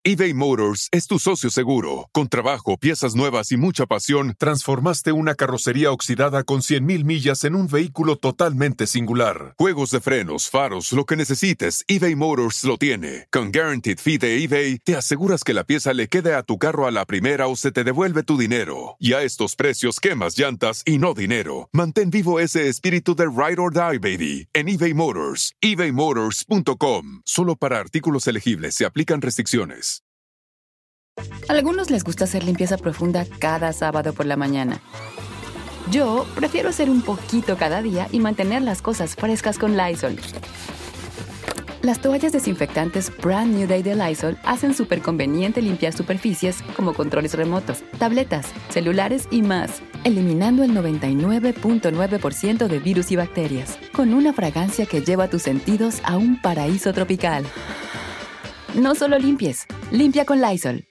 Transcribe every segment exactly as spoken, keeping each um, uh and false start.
eBay Motors es tu socio seguro. Con trabajo, piezas nuevas y mucha pasión, transformaste una carrocería oxidada con cien mil millas en un vehículo totalmente singular. Juegos de frenos, faros, lo que necesites, eBay Motors lo tiene. Con Guaranteed Fee de eBay, te aseguras que la pieza le quede a tu carro a la primera o se te devuelve tu dinero. Y a estos precios, quemas llantas y no dinero. Mantén vivo ese espíritu de Ride or Die, baby, en eBay Motors. ebay motors punto com. Solo para artículos elegibles se aplican restricciones. A algunos les gusta hacer limpieza profunda cada sábado por la mañana. Yo prefiero hacer un poquito cada día y mantener las cosas frescas con Lysol. Las toallas desinfectantes Brand New Day de Lysol hacen súper conveniente limpiar superficies como controles remotos, tabletas, celulares y más, eliminando el noventa y nueve punto nueve por ciento de virus y bacterias, con una fragancia que lleva tus sentidos a un paraíso tropical. No solo limpies, limpia con Lysol.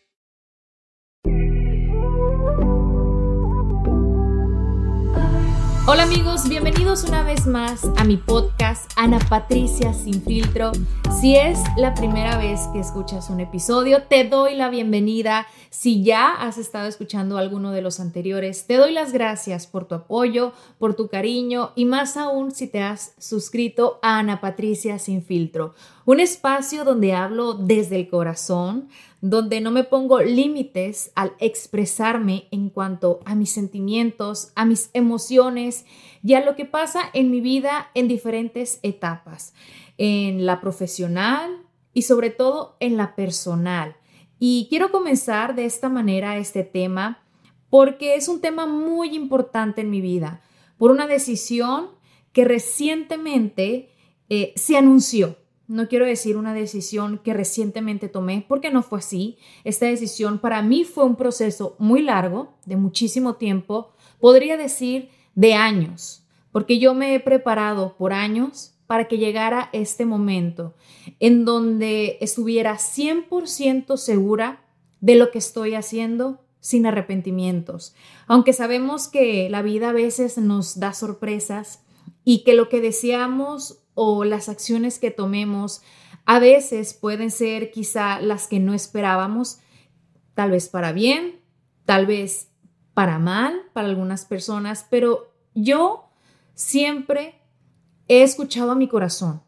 Hola amigos, bienvenidos una vez más a mi podcast Ana Patricia Sin Filtro. Si es la primera vez que escuchas un episodio, te doy la bienvenida. Si ya has estado escuchando alguno de los anteriores, te doy las gracias por tu apoyo, por tu cariño y más aún si te has suscrito a Ana Patricia Sin Filtro, un espacio donde hablo desde el corazón, donde no me pongo límites al expresarme en cuanto a mis sentimientos, a mis emociones y a lo que pasa en mi vida en diferentes etapas, en la profesional y sobre todo en la personal. Y quiero comenzar de esta manera este tema porque es un tema muy importante en mi vida, por una decisión que recientemente eh, se anunció. No quiero decir una decisión que recientemente tomé, porque no fue así. Esta decisión para mí fue un proceso muy largo, de muchísimo tiempo, podría decir de años, porque yo me he preparado por años para que llegara este momento en donde estuviera cien por ciento segura de lo que estoy haciendo sin arrepentimientos. Aunque sabemos que la vida a veces nos da sorpresas y que lo que deseamos o las acciones que tomemos a veces pueden ser quizá las que no esperábamos, tal vez para bien, tal vez para mal para algunas personas, pero yo siempre he escuchado a mi corazón,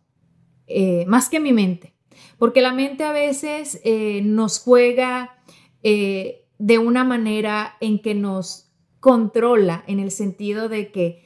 eh, más que a mi mente, porque la mente a veces eh, nos juega eh, de una manera en que nos controla, en el sentido de que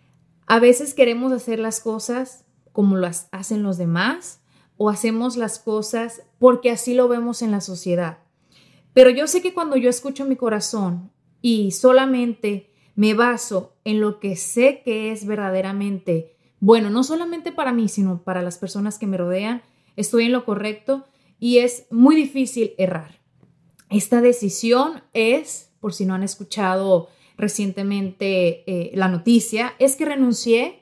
a veces queremos hacer las cosas como las hacen los demás o hacemos las cosas porque así lo vemos en la sociedad. Pero yo sé que cuando yo escucho mi corazón y solamente me baso en lo que sé que es verdaderamente bueno, no solamente para mí, sino para las personas que me rodean, estoy en lo correcto y es muy difícil errar. Esta decisión es, por si no han escuchado recientemente eh, la noticia, es que renuncié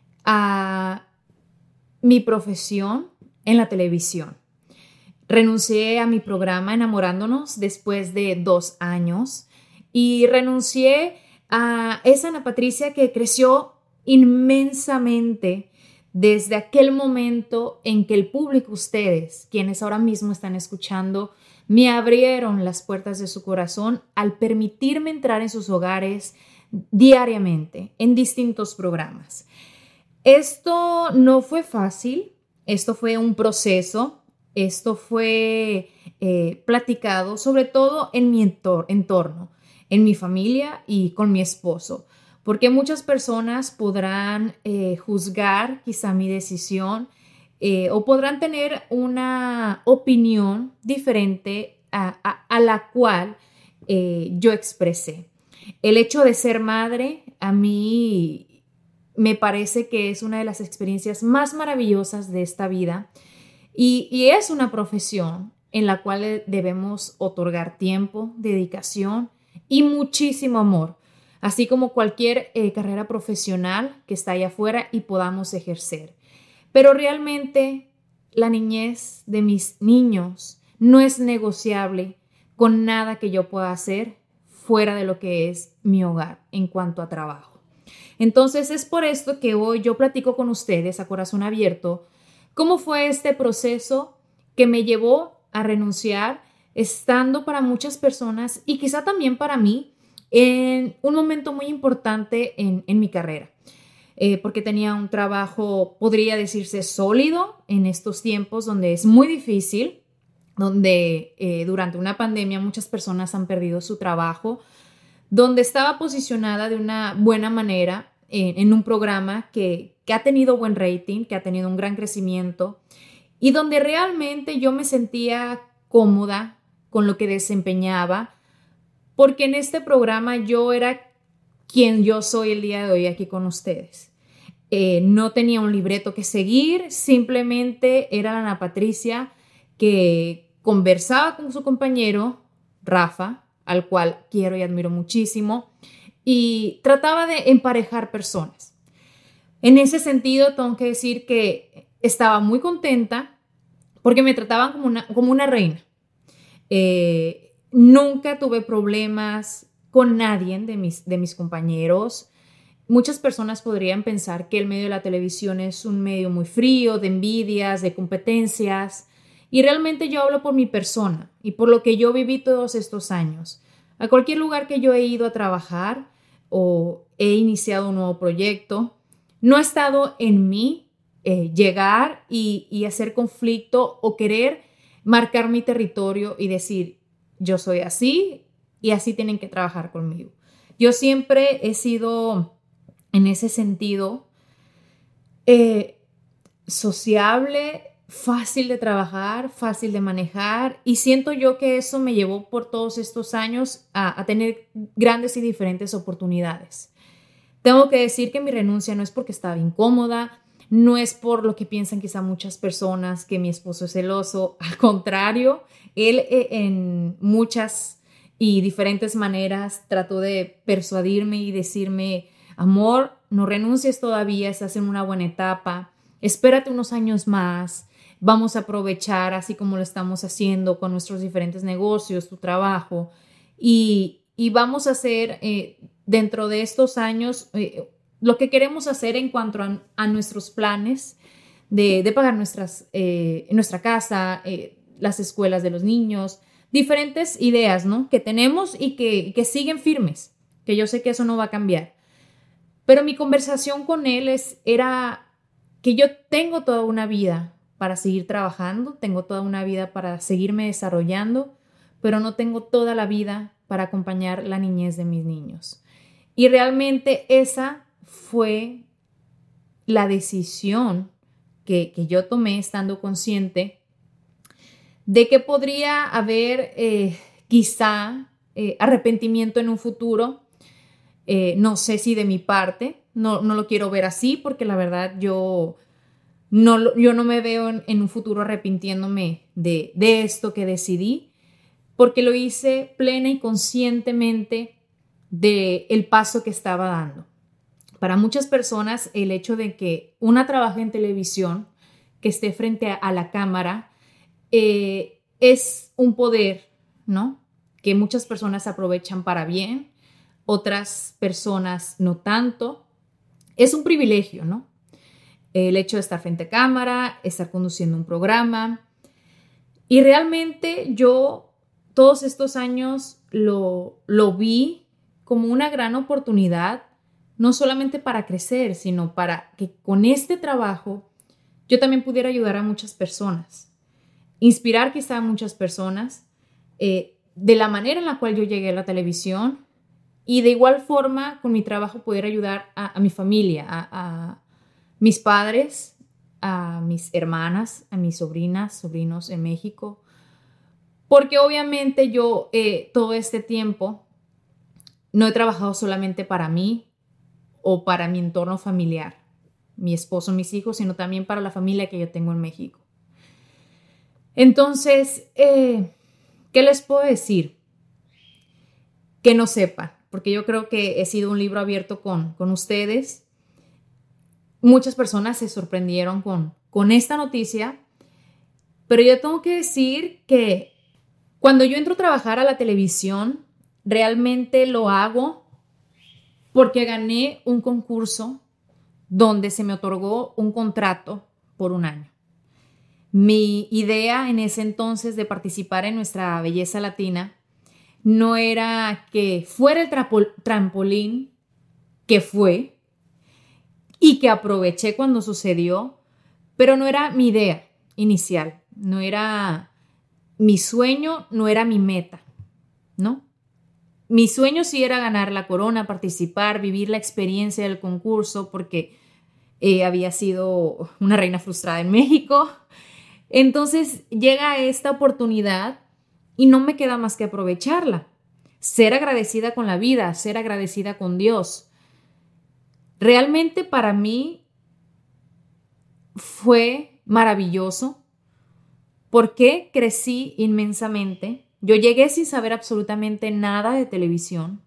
a mi profesión en la televisión. Renuncié a mi programa Enamorándonos después de dos años y renuncié a esa Ana Patricia que creció inmensamente desde aquel momento en que el público, ustedes, quienes ahora mismo están escuchando, me abrieron las puertas de su corazón al permitirme entrar en sus hogares diariamente en distintos programas. Esto no fue fácil, esto fue un proceso, esto fue eh, platicado sobre todo en mi entor- entorno, en mi familia y con mi esposo, porque muchas personas podrán eh, juzgar quizá mi decisión eh, o podrán tener una opinión diferente a, a, a la cual eh, yo expresé. El hecho de ser madre a mí me parece que es una de las experiencias más maravillosas de esta vida y, y es una profesión en la cual debemos otorgar tiempo, dedicación y muchísimo amor, así como cualquier eh, carrera profesional que está allá afuera y podamos ejercer. Pero realmente la niñez de mis niños no es negociable con nada que yo pueda hacer fuera de lo que es mi hogar en cuanto a trabajo. Entonces es por esto que hoy yo platico con ustedes a corazón abierto cómo fue este proceso que me llevó a renunciar estando para muchas personas y quizá también para mí en un momento muy importante en, en mi carrera, eh, porque tenía un trabajo, podría decirse, sólido en estos tiempos donde es muy difícil, donde eh, durante una pandemia muchas personas han perdido su trabajo, donde estaba posicionada de una buena manera en, en un programa que, que ha tenido buen rating, que ha tenido un gran crecimiento y donde realmente yo me sentía cómoda con lo que desempeñaba, porque en este programa yo era quien yo soy el día de hoy aquí con ustedes. Eh, no tenía un libreto que seguir, simplemente era la Ana Patricia que conversaba con su compañero, Rafa, al cual quiero y admiro muchísimo, y trataba de emparejar personas. En ese sentido, tengo que decir que estaba muy contenta porque me trataban como una, como una reina. Eh, nunca tuve problemas con nadie de mis, de mis compañeros. Muchas personas podrían pensar que el medio de la televisión es un medio muy frío, de envidias, de competencias, y realmente yo hablo por mi persona y por lo que yo viví todos estos años. A cualquier lugar que yo he ido a trabajar o he iniciado un nuevo proyecto, no ha estado en mí eh, llegar y, y hacer conflicto o querer marcar mi territorio y decir, yo soy así y así tienen que trabajar conmigo. Yo siempre he sido, en ese sentido, eh, sociable, fácil de trabajar, fácil de manejar, y siento yo que eso me llevó por todos estos años a, a tener grandes y diferentes oportunidades. Tengo que decir que mi renuncia no es porque estaba incómoda, no es por lo que piensan quizá muchas personas, que mi esposo es celoso. Al contrario, él eh, en muchas y diferentes maneras trató de persuadirme y decirme, amor, no renuncies todavía, estás en una buena etapa, espérate unos años más, vamos a aprovechar así como lo estamos haciendo con nuestros diferentes negocios, tu trabajo, y, y vamos a hacer eh, dentro de estos años eh, lo que queremos hacer en cuanto a, a nuestros planes de, de pagar nuestras, eh, nuestra casa, eh, las escuelas de los niños, diferentes ideas, ¿no?, que tenemos y que, que siguen firmes, que yo sé que eso no va a cambiar. Pero mi conversación con él es, era que yo tengo toda una vida para seguir trabajando, tengo toda una vida para seguirme desarrollando, pero no tengo toda la vida para acompañar la niñez de mis niños. Y realmente esa fue la decisión que, que yo tomé estando consciente de que podría haber eh, quizá eh, arrepentimiento en un futuro. Eh, no sé si de mi parte, no, no lo quiero ver así porque la verdad yo no, yo no me veo en, en un futuro arrepintiéndome de, de esto que decidí, porque lo hice plena y conscientemente del paso que estaba dando. Para muchas personas el hecho de que una trabaje en televisión, que esté frente a, a la cámara, eh, es un poder, ¿no?, que muchas personas aprovechan para bien, otras personas no tanto. Es un privilegio, ¿no?, el hecho de estar frente a cámara, estar conduciendo un programa. Y realmente yo todos estos años lo, lo vi como una gran oportunidad, no solamente para crecer, sino para que con este trabajo yo también pudiera ayudar a muchas personas, inspirar quizá a muchas personas eh, de la manera en la cual yo llegué a la televisión, y de igual forma con mi trabajo poder ayudar a, a mi familia, a, a mis padres, a mis hermanas, a mis sobrinas, sobrinos en México, porque obviamente yo eh, todo este tiempo no he trabajado solamente para mí o para mi entorno familiar, mi esposo, mis hijos, sino también para la familia que yo tengo en México. Entonces, eh, ¿qué les puedo decir? Que no sepan, porque yo creo que he sido un libro abierto con, con ustedes. Muchas personas se sorprendieron con, con esta noticia, pero yo tengo que decir que cuando yo entro a trabajar a la televisión, realmente lo hago porque gané un concurso donde se me otorgó un contrato por un año. Mi idea en ese entonces de participar en nuestra belleza latina no era que fuera el trapo- trampolín que fue y que aproveché cuando sucedió, pero no era mi idea inicial, no era mi sueño, no era mi meta, ¿no? Mi sueño sí era ganar la corona, participar, vivir la experiencia del concurso, porque eh, había sido una reina frustrada en México. Entonces llega esta oportunidad y no me queda más que aprovecharla. Ser agradecida con la vida, ser agradecida con Dios. Realmente para mí fue maravilloso porque crecí inmensamente. Yo llegué sin saber absolutamente nada de televisión.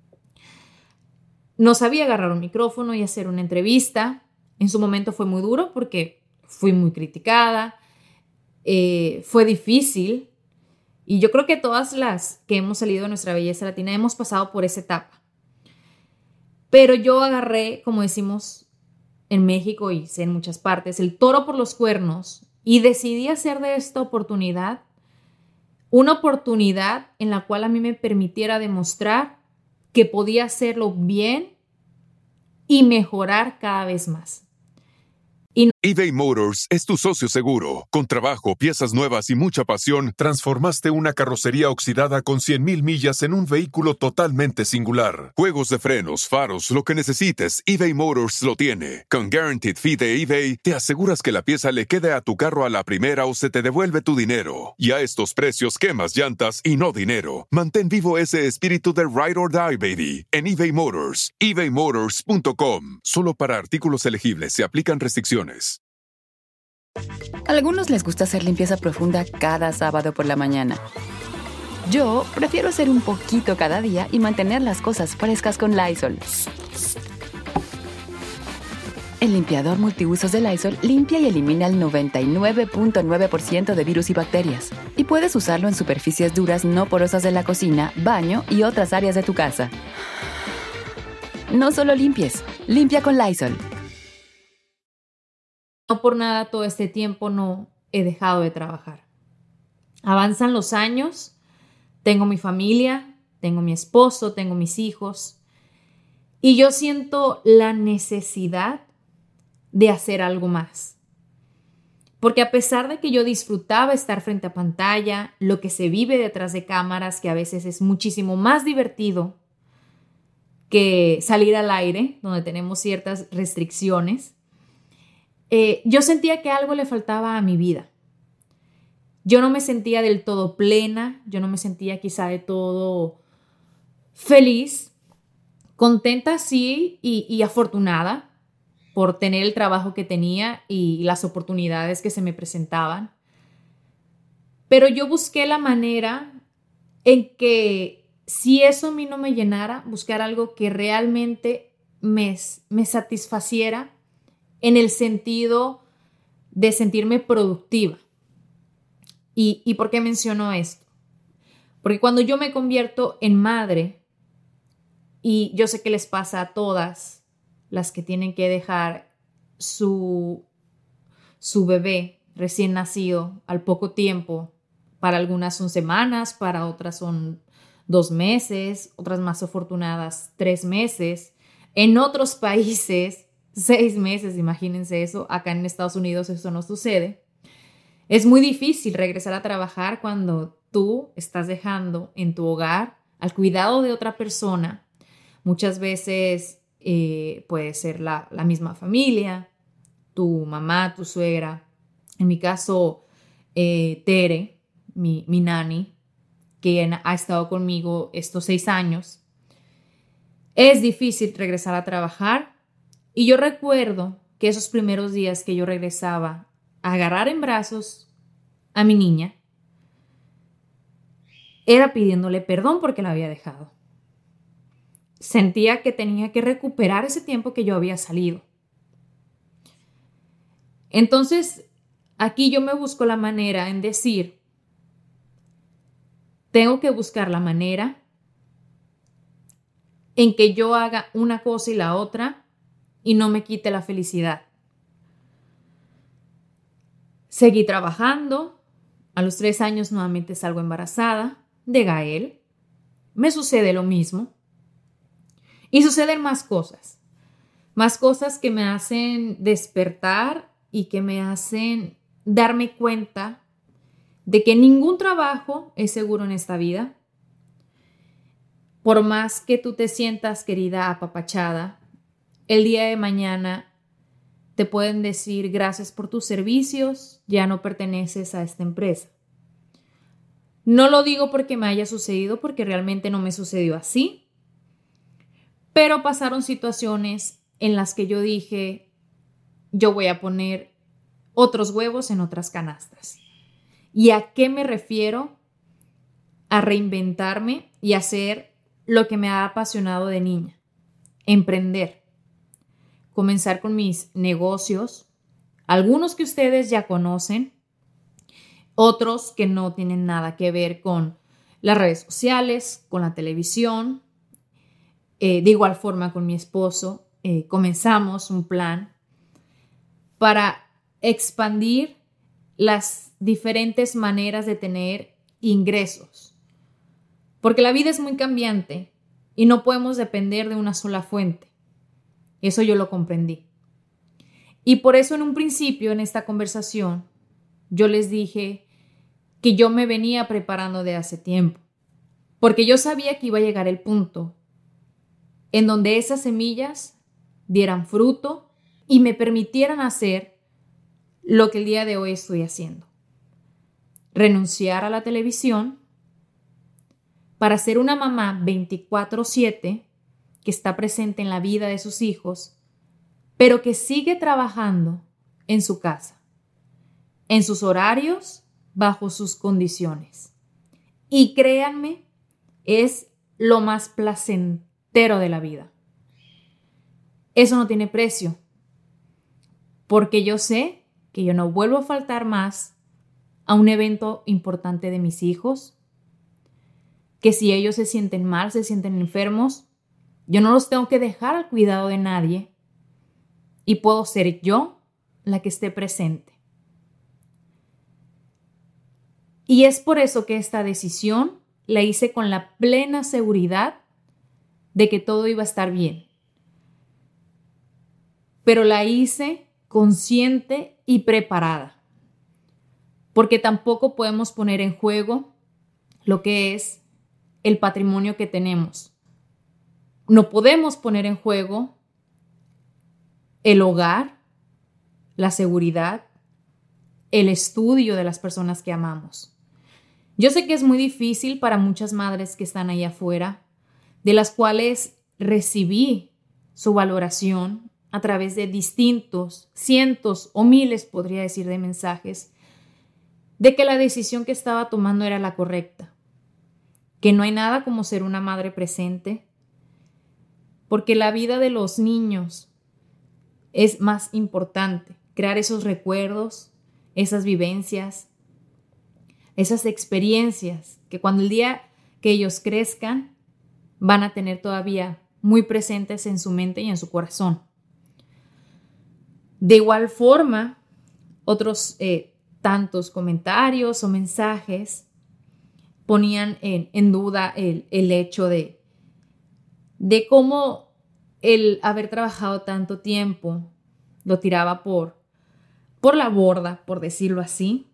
No sabía agarrar un micrófono y hacer una entrevista. En su momento fue muy duro porque fui muy criticada. Eh, fue difícil. Y yo creo que todas las que hemos salido de nuestra belleza latina hemos pasado por esa etapa. Pero yo agarré, como decimos en México y sé en muchas partes, el toro por los cuernos y decidí hacer de esta oportunidad una oportunidad en la cual a mí me permitiera demostrar que podía hacerlo bien y mejorar cada vez más. eBay Motors es tu socio seguro. Con trabajo, piezas nuevas y mucha pasión, transformaste una carrocería oxidada con cien mil millas en un vehículo totalmente singular. Juegos de frenos, faros, lo que necesites, eBay Motors lo tiene. Con Guaranteed Fee de eBay, te aseguras que la pieza le quede a tu carro a la primera o se te devuelve tu dinero. Y a estos precios, quemas llantas y no dinero. Mantén vivo ese espíritu de Ride or Die, baby, en eBay Motors. ebay motors punto com. Solo para artículos elegibles se aplican restricciones. A algunos les gusta hacer limpieza profunda cada sábado por la mañana. Yo prefiero hacer un poquito cada día y mantener las cosas frescas con Lysol. El limpiador multiusos de Lysol limpia y elimina el noventa y nueve punto nueve por ciento de virus y bacterias. Y puedes usarlo en superficies duras no porosas de la cocina, baño y otras áreas de tu casa. No solo limpies, limpia con Lysol. No por nada todo este tiempo no he dejado de trabajar. Avanzan los años, tengo mi familia, tengo mi esposo, tengo mis hijos y yo siento la necesidad de hacer algo más. Porque a pesar de que yo disfrutaba estar frente a pantalla, lo que se vive detrás de cámaras, que a veces es muchísimo más divertido que salir al aire, donde tenemos ciertas restricciones, Eh, yo sentía que algo le faltaba a mi vida. Yo no me sentía del todo plena, yo no me sentía quizá de todo feliz, contenta sí y, y afortunada por tener el trabajo que tenía y las oportunidades que se me presentaban. Pero yo busqué la manera en que si eso a mí no me llenara, buscar algo que realmente me, me satisfaciera en el sentido de sentirme productiva. ¿Y, ¿Y por qué menciono esto? Porque cuando yo me convierto en madre, y yo sé que les pasa a todas las que tienen que dejar su, su bebé recién nacido al poco tiempo, para algunas son semanas, para otras son dos meses, otras más afortunadas, tres meses. En otros países, seis meses, imagínense eso. Acá en Estados Unidos eso no sucede. Es muy difícil regresar a trabajar cuando tú estás dejando en tu hogar al cuidado de otra persona. Muchas veces eh, puede ser la, la misma familia, tu mamá, tu suegra. En mi caso, eh, Tere, mi, mi nani, que ha estado conmigo estos seis años. Es difícil regresar a trabajar. Y yo recuerdo que esos primeros días que yo regresaba a agarrar en brazos a mi niña, era pidiéndole perdón porque la había dejado. Sentía que tenía que recuperar ese tiempo que yo había salido. Entonces, aquí yo me busco la manera en decir, tengo que buscar la manera en que yo haga una cosa y la otra y no me quite la felicidad. Seguí trabajando. A los tres años nuevamente salgo embarazada de Gael. Me sucede lo mismo. Y suceden más cosas. Más cosas que me hacen despertar y que me hacen darme cuenta de que ningún trabajo es seguro en esta vida. Por más que tú te sientas querida, apapachada, el día de mañana te pueden decir gracias por tus servicios, ya no perteneces a esta empresa. No lo digo porque me haya sucedido, porque realmente no me sucedió así, pero pasaron situaciones en las que yo dije, yo voy a poner otros huevos en otras canastas. ¿Y a qué me refiero? A reinventarme y hacer lo que me ha apasionado de niña, emprender. Comenzar con mis negocios, algunos que ustedes ya conocen, otros que no tienen nada que ver con las redes sociales, con la televisión. Eh, de igual forma con mi esposo eh, comenzamos un plan para expandir las diferentes maneras de tener ingresos. Porque la vida es muy cambiante y no podemos depender de una sola fuente. Eso yo lo comprendí. Y por eso en un principio, en esta conversación, yo les dije que yo me venía preparando de hace tiempo. Porque yo sabía que iba a llegar el punto en donde esas semillas dieran fruto y me permitieran hacer lo que el día de hoy estoy haciendo. Renunciar a la televisión para ser una mamá veinticuatro siete que está presente en la vida de sus hijos, pero que sigue trabajando en su casa, en sus horarios, bajo sus condiciones. Y créanme, es lo más placentero de la vida. Eso no tiene precio, porque yo sé que yo no vuelvo a faltar más a un evento importante de mis hijos, que si ellos se sienten mal, se sienten enfermos, yo no los tengo que dejar al cuidado de nadie y puedo ser yo la que esté presente. Y es por eso que esta decisión la hice con la plena seguridad de que todo iba a estar bien. Pero la hice consciente y preparada, porque tampoco podemos poner en juego lo que es el patrimonio que tenemos. No podemos poner en juego el hogar, la seguridad, el estudio de las personas que amamos. Yo sé que es muy difícil para muchas madres que están ahí afuera, de las cuales recibí su valoración a través de distintos, cientos o miles, podría decir, de mensajes, de que la decisión que estaba tomando era la correcta, que no hay nada como ser una madre presente, porque la vida de los niños es más importante, crear esos recuerdos, esas vivencias, esas experiencias que cuando el día que ellos crezcan van a tener todavía muy presentes en su mente y en su corazón. De igual forma, otros eh, tantos comentarios o mensajes ponían en, en duda el, el hecho de, de cómo el haber trabajado tanto tiempo lo tiraba por, por la borda, por decirlo así,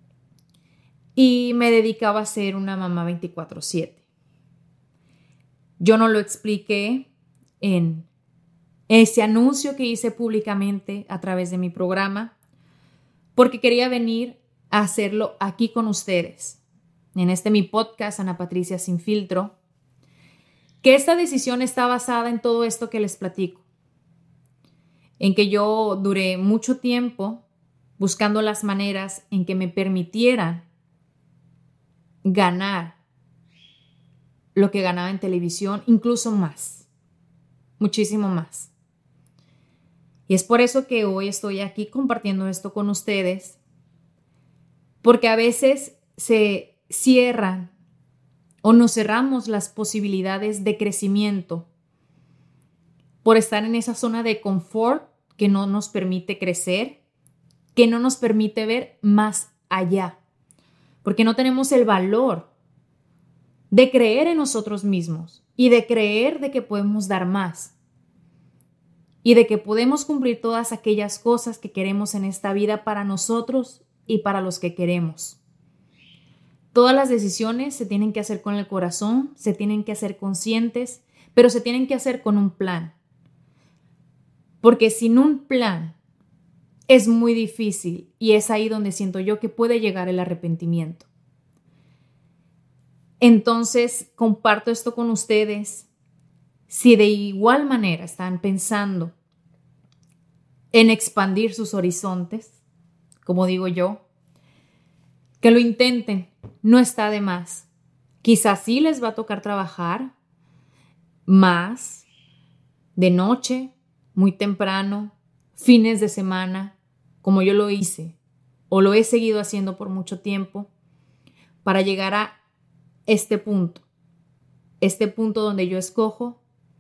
y me dedicaba a ser una mamá veinticuatro siete. Yo no lo expliqué en ese anuncio que hice públicamente a través de mi programa, porque quería venir a hacerlo aquí con ustedes, en este mi podcast, Ana Patricia Sin Filtro, que esta decisión está basada en todo esto que les platico, en que yo duré mucho tiempo buscando las maneras en que me permitieran ganar lo que ganaba en televisión, incluso más, muchísimo más. Y es por eso que hoy estoy aquí compartiendo esto con ustedes, porque a veces se cierran o nos cerramos las posibilidades de crecimiento por estar en esa zona de confort que no nos permite crecer que no nos permite ver más allá, porque no tenemos el valor de creer en nosotros mismos y de creer de que podemos dar más y de que podemos cumplir todas aquellas cosas que queremos en esta vida para nosotros y para los que queremos. Todas las decisiones se tienen que hacer con el corazón, se tienen que hacer conscientes, pero se tienen que hacer con un plan. Porque sin un plan es muy difícil y es ahí donde siento yo que puede llegar el arrepentimiento. Entonces, comparto esto con ustedes. Si de igual manera están pensando en expandir sus horizontes, como digo yo, que lo intenten, no está de más. Quizás sí les va a tocar trabajar más, de noche, muy temprano, fines de semana, como yo lo hice o lo he seguido haciendo por mucho tiempo, para llegar a este punto, este punto donde yo escojo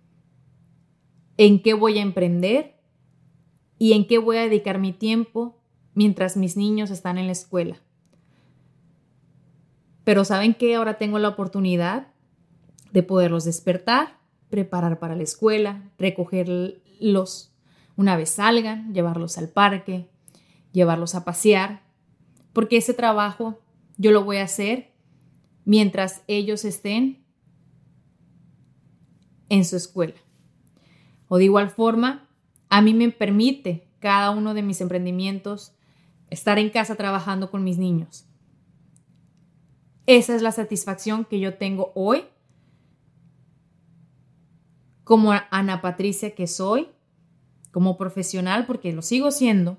en qué voy a emprender y en qué voy a dedicar mi tiempo mientras mis niños están en la escuela. Pero ¿saben qué? Ahora tengo la oportunidad de poderlos despertar, preparar para la escuela, recogerlos una vez salgan, llevarlos al parque, llevarlos a pasear, porque ese trabajo yo lo voy a hacer mientras ellos estén en su escuela. O de igual forma, a mí me permite cada uno de mis emprendimientos estar en casa trabajando con mis niños. Esa es la satisfacción que yo tengo hoy como Ana Patricia que soy, como profesional, porque lo sigo siendo.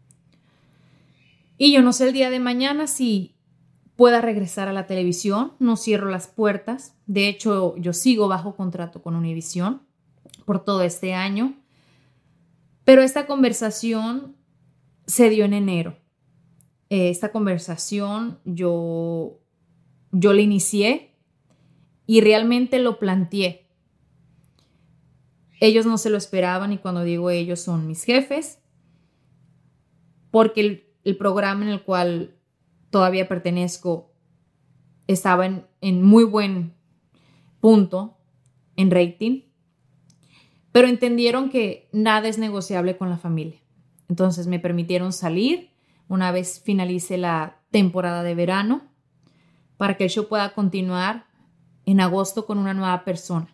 Y yo no sé el día de mañana si pueda regresar a la televisión, no cierro las puertas. De hecho, yo sigo bajo contrato con Univisión por todo este año. Pero esta conversación se dio en enero. Esta conversación yo... Yo la inicié y realmente lo planteé. Ellos no se lo esperaban y cuando digo ellos son mis jefes, porque el, el programa en el cual todavía pertenezco estaba en, en muy buen punto en rating, pero entendieron que nada es negociable con la familia. Entonces me permitieron salir una vez finalice la temporada de verano, para que el show pueda continuar en agosto con una nueva persona.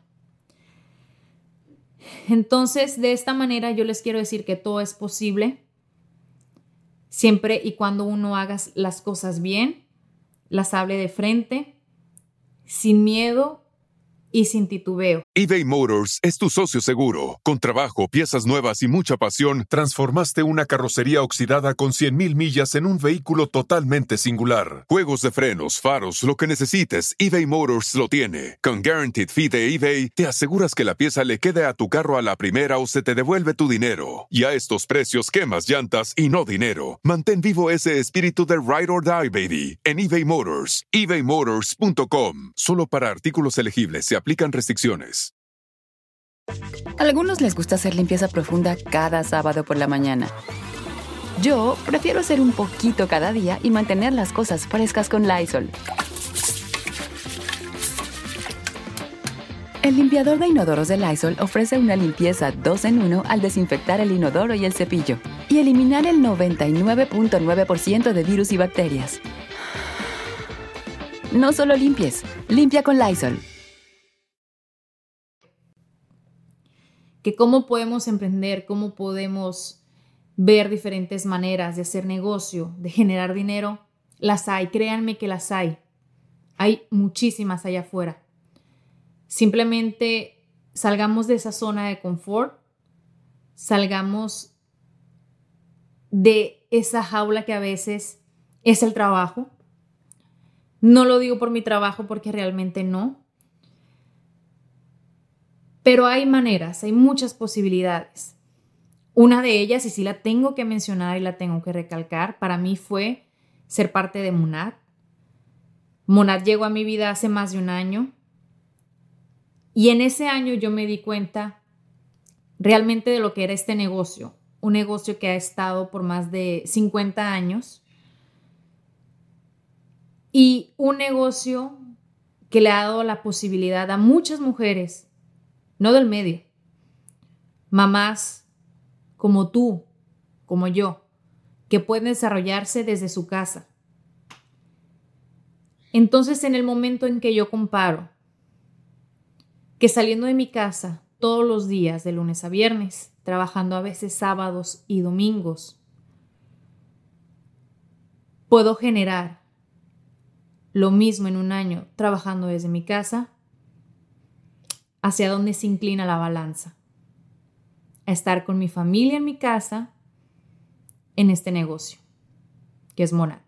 Entonces, de esta manera yo les quiero decir que todo es posible siempre y cuando uno haga las cosas bien, las hable de frente, sin miedo y sin titubeo. eBay Motors es tu socio seguro. Con trabajo, piezas nuevas y mucha pasión, transformaste una carrocería oxidada con cien mil millas en un vehículo totalmente singular. Juegos de frenos, faros, lo que necesites, eBay Motors lo tiene. Con Guaranteed Fee de eBay, te aseguras que la pieza le quede a tu carro a la primera o se te devuelve tu dinero. Y a estos precios, quemas llantas y no dinero. Mantén vivo ese espíritu de Ride or Die, baby, en eBay Motors. ebay motors punto com. Solo para artículos elegibles se aplican restricciones. A algunos les gusta hacer limpieza profunda cada sábado por la mañana. Yo prefiero hacer un poquito cada día y mantener las cosas frescas con Lysol. El limpiador de inodoros de Lysol ofrece una limpieza dos en uno al desinfectar el inodoro y el cepillo y eliminar el noventa y nueve punto nueve por ciento de virus y bacterias. No solo limpies, limpia con Lysol. Que cómo podemos emprender, cómo podemos ver diferentes maneras de hacer negocio, de generar dinero, las hay, créanme que las hay. Hay muchísimas allá afuera. Simplemente salgamos de esa zona de confort, salgamos de esa jaula que a veces es el trabajo. No lo digo por mi trabajo porque realmente no. Pero hay maneras, hay muchas posibilidades. Una de ellas, y sí la tengo que mencionar y la tengo que recalcar, para mí fue ser parte de Monad. Monad llegó a mi vida hace más de un año. Y en ese año yo me di cuenta realmente de lo que era este negocio. un negocio que ha estado por más de cincuenta años y un negocio que le ha dado la posibilidad a muchas mujeres, no del medio, mamás como tú, como yo, que pueden desarrollarse desde su casa. Entonces, en el momento en que yo comparo que saliendo de mi casa todos los días, de lunes a viernes, trabajando a veces sábados y domingos, puedo generar lo mismo en un año trabajando desde mi casa, ¿hacia dónde se inclina la balanza? A estar con mi familia en mi casa, en este negocio, que es Monat.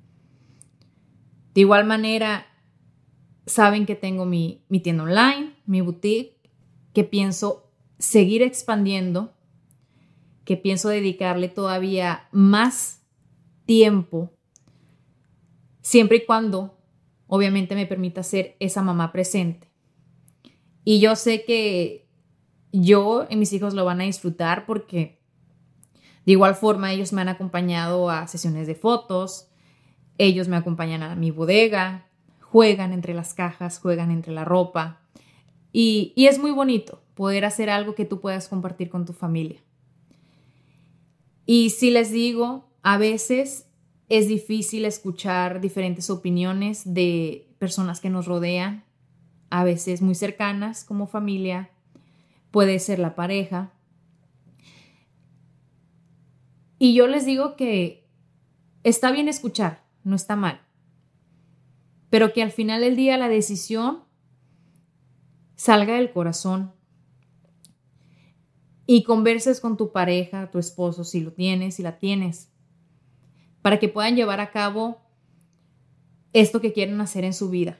De igual manera, saben que tengo mi, mi tienda online, mi boutique, que pienso seguir expandiendo, que pienso dedicarle todavía más tiempo, siempre y cuando, obviamente, me permita ser esa mamá presente. Y yo sé que yo y mis hijos lo van a disfrutar porque de igual forma ellos me han acompañado a sesiones de fotos, ellos me acompañan a mi bodega, juegan entre las cajas, juegan entre la ropa y, y es muy bonito poder hacer algo que tú puedas compartir con tu familia. Y si les digo, a veces es difícil escuchar diferentes opiniones de personas que nos rodean, a veces muy cercanas como familia, puede ser la pareja. Y yo les digo que está bien escuchar, no está mal, pero que al final del día la decisión salga del corazón y converses con tu pareja, tu esposo, si lo tienes, si la tienes, para que puedan llevar a cabo esto que quieren hacer en su vida.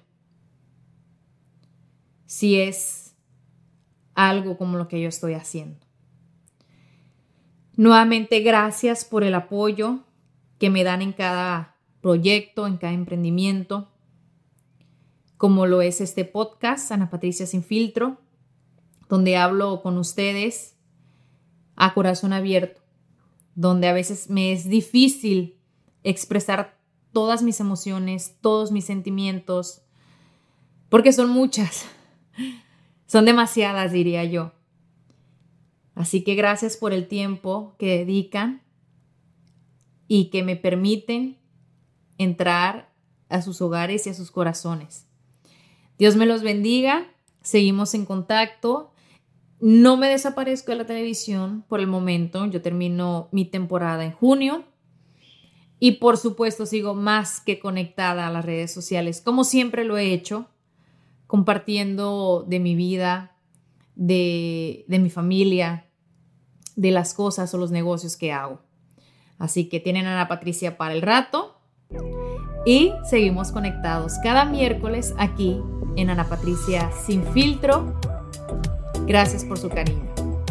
Si es algo como lo que yo estoy haciendo. Nuevamente, gracias por el apoyo que me dan en cada proyecto, en cada emprendimiento, como lo es este podcast, Ana Patricia Sin Filtro, donde hablo con ustedes a corazón abierto, donde a veces me es difícil expresar todas mis emociones, todos mis sentimientos, porque son muchas, son demasiadas, diría yo. Así que gracias por el tiempo que dedican y que me permiten entrar a sus hogares y a sus corazones. Dios me los bendiga, seguimos en contacto. No me desaparezco de la televisión por el momento, yo termino mi temporada en junio y por supuesto sigo más que conectada a las redes sociales, como siempre lo he hecho, compartiendo de mi vida, de, de mi familia, de las cosas o los negocios que hago. Así que tienen a Ana Patricia para el rato y seguimos conectados cada miércoles aquí en Ana Patricia Sin Filtro. Gracias por su cariño.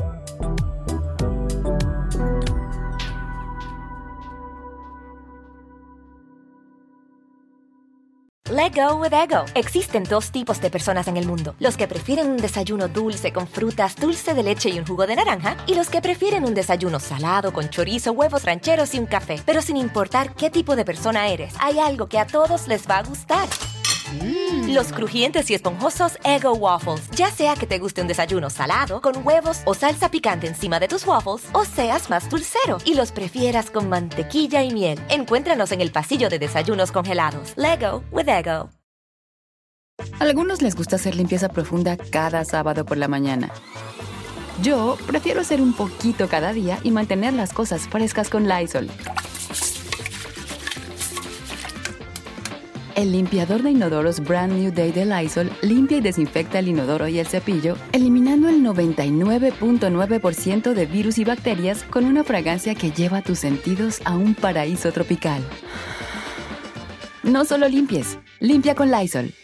Let go with ego. Existen dos tipos de personas en el mundo. Los que prefieren un desayuno dulce con frutas, dulce de leche y un jugo de naranja. Y los que prefieren un desayuno salado con chorizo, huevos rancheros y un café. Pero sin importar qué tipo de persona eres, hay algo que a todos les va a gustar. Mm. Los crujientes y esponjosos Eggo Waffles. Ya sea que te guste un desayuno salado, con huevos o salsa picante encima de tus waffles, o seas más dulcero y los prefieras con mantequilla y miel. Encuéntranos en el pasillo de desayunos congelados. Let go with Eggo. A algunos les gusta hacer limpieza profunda cada sábado por la mañana. Yo prefiero hacer un poquito cada día y mantener las cosas frescas con Lysol. El limpiador de inodoros Brand New Day de Lysol limpia y desinfecta el inodoro y el cepillo, eliminando el noventa y nueve punto nueve por ciento de virus y bacterias con una fragancia que lleva tus sentidos a un paraíso tropical. No solo limpies, limpia con Lysol.